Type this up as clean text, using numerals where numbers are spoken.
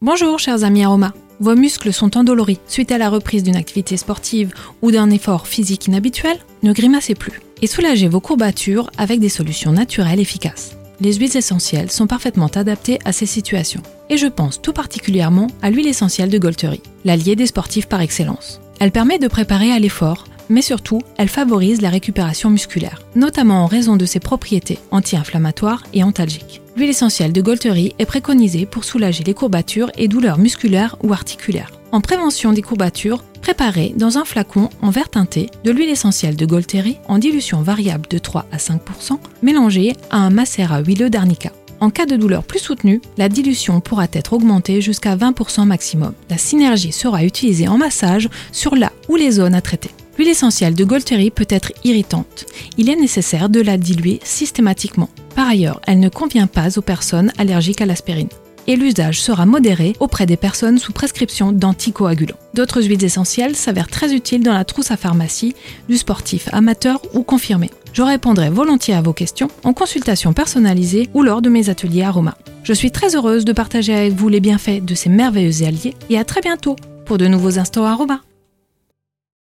Bonjour chers amis Aroma. Vos muscles sont endoloris suite à la reprise d'une activité sportive ou d'un effort physique inhabituel? Ne grimacez plus et soulagez vos courbatures avec des solutions naturelles efficaces. Les huiles essentielles sont parfaitement adaptées à ces situations. Et je pense tout particulièrement à l'huile essentielle de Golterie, l'allié des sportifs par excellence. Elle permet de préparer à l'effort, mais surtout, elle favorise la récupération musculaire, notamment en raison de ses propriétés anti-inflammatoires et antalgiques. L'huile essentielle de Golterie est préconisée pour soulager les courbatures et douleurs musculaires ou articulaires. En prévention des courbatures, préparez dans un flacon en verre teinté de l'huile essentielle de Golterie en dilution variable de 3 à 5%, mélangée à un macérat huileux d'arnica. En cas de douleur plus soutenue, la dilution pourra être augmentée jusqu'à 20% maximum. La synergie sera utilisée en massage sur la ou les zones à traiter. L'huile essentielle de Golterie peut être irritante. Il est nécessaire de la diluer systématiquement. Par ailleurs, elle ne convient pas aux personnes allergiques à l'aspirine. Et l'usage sera modéré auprès des personnes sous prescription d'anticoagulants. D'autres huiles essentielles s'avèrent très utiles dans la trousse à pharmacie du sportif amateur ou confirmé. Je répondrai volontiers à vos questions en consultation personnalisée ou lors de mes ateliers Aroma. Je suis très heureuse de partager avec vous les bienfaits de ces merveilleux alliés et à très bientôt pour de nouveaux instants Aroma.